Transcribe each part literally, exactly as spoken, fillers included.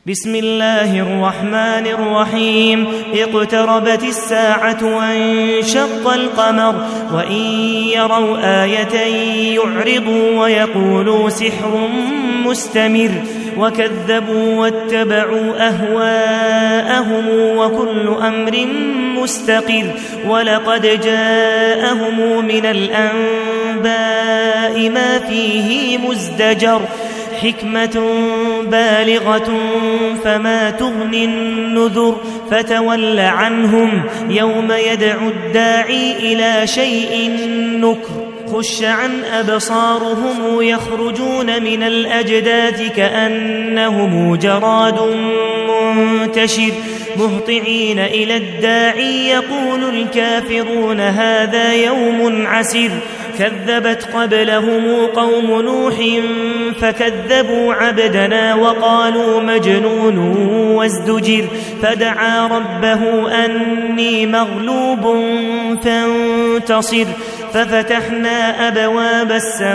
بسم الله الرحمن الرحيم. اقتربت الساعة وانشق القمر وإن يروا آية يعرضوا ويقولوا سحر مستمر وكذبوا واتبعوا أهواءهم وكل أمر مستقر ولقد جاءهم من الأنباء ما فيه مزدجر حكمة بالغة فما تغني النذر فتول عنهم يوم يدعو الداعي إلى شيء نكر خش عن أبصارهم يخرجون من الأجداث كأنهم جراد منتشر مهطعين إلى الداعي يقول الكافرون هذا يوم عسر كذبت قبلهم قوم نوح فكذبوا عبدنا وقالوا مجنون وازدجر فدعا ربه أني مغلوب فانتصر ففتحنا أبواب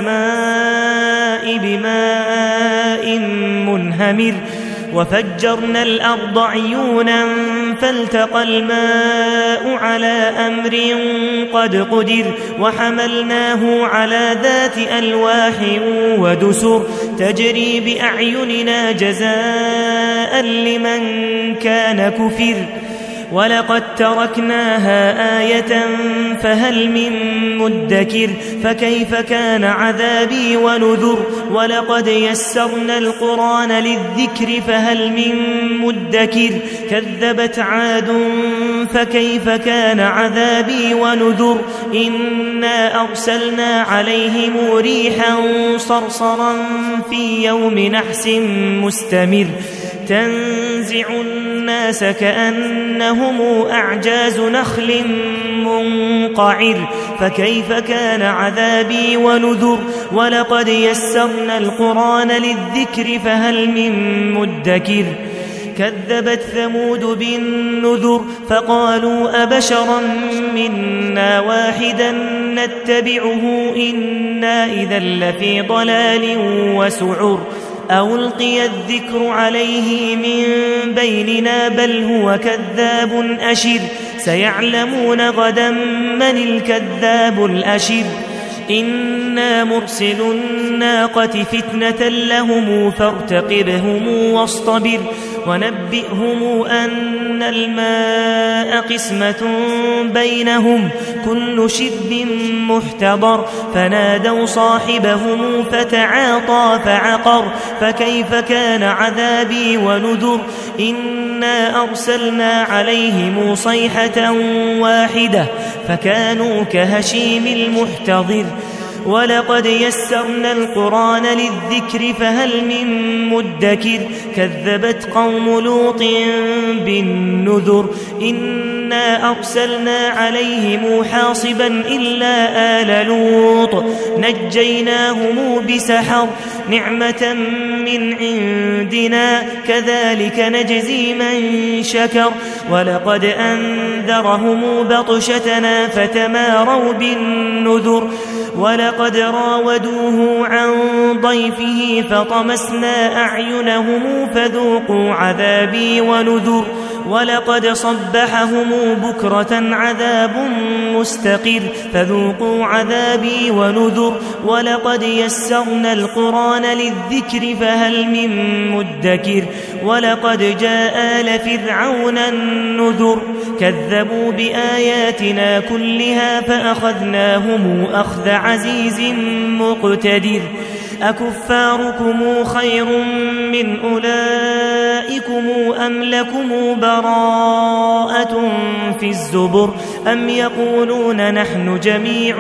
السماء بماء منهمر وفجرنا الأرض عيونا فالتقى الماء على أمر قد قدر وحملناه على ذات ألواح ودسر تجري بأعيننا جزاء لمن كان كفر ولقد تركناها آية فهل من مدكر فكيف كان عذابي ونذر ولقد يسرنا القرآن للذكر فهل من مدكر كذبت عاد فكيف كان عذابي ونذر إنا أرسلنا عليهم ريحا صرصرا في يوم نحس مستمر تنزع الناس كأنهم أعجاز نخل منقعر فكيف كان عذابي ونذر ولقد يسرنا القرآن للذكر فهل من مدكر كذبت ثمود بالنذر فقالوا أبشرا منا واحدا نتبعه إنا إذا لفي ضلال وسعر أو ألقي الذكر عليه من بيننا بل هو كذاب أشر سيعلمون غدا من الكذاب الأشر إنا مرسل الناقة فتنة لهم فارتقبهم واصطبر ونبئهم أن الماء قسمة بينهم كل شرب محتضر فنادوا صاحبهم فتعاطى فعقر فكيف كان عذابي ونذر إنا أرسلنا عليهم صيحة واحدة فكانوا كهشيم المحتضر ولقد يسرنا القرآن للذكر فهل من مدكر كذبت قوم لوط بالنذر إنا أرسلنا عليهم حاصبا إلا آل لوط نجيناهم بسحر نعمة من عندنا كذلك نجزي من شكر ولقد أنذرهم بطشتنا فتماروا بالنذر ولقد راودوه عن ضيفه فطمسنا أعينهم فذوقوا عذابي ونذر ولقد صبحهم بكرة عذاب مستقر فذوقوا عذابي ونذر ولقد يسرنا القرآن للذكر فهل من مدكر ولقد جاء آل فرعون النذر كذبوا بآياتنا كلها فأخذناهم أخذ عزيز مقتدر أكفاركم خير من أولئكم أم لكم براءة في الزبر أم يقولون نحن جميع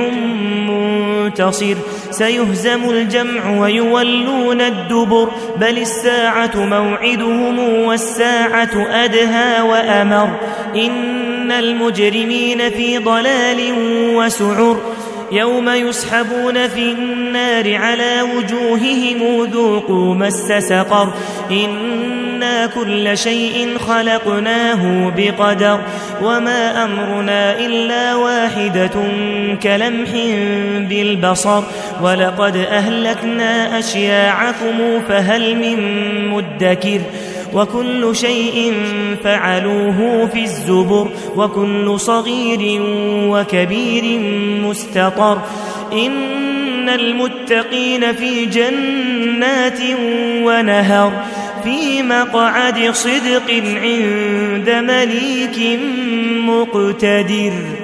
منتصر سيهزم الجمع ويولون الدبر بل الساعة موعدهم والساعة أدهى وأمر إن المجرمين في ضلال وسعر يوم يسحبون في النار على وجوههم ذوقوا مس سقر إنا كل شيء خلقناه بقدر وما أمرنا إلا واحدة كلمح بالبصر ولقد أهلكنا أشياعكم فهل من مدكر وكل شيء فعلوه في الزبر وكل صغير وكبير مستطر إن المتقين في جنات ونهر في مقعد صدق عند مليك مقتدر.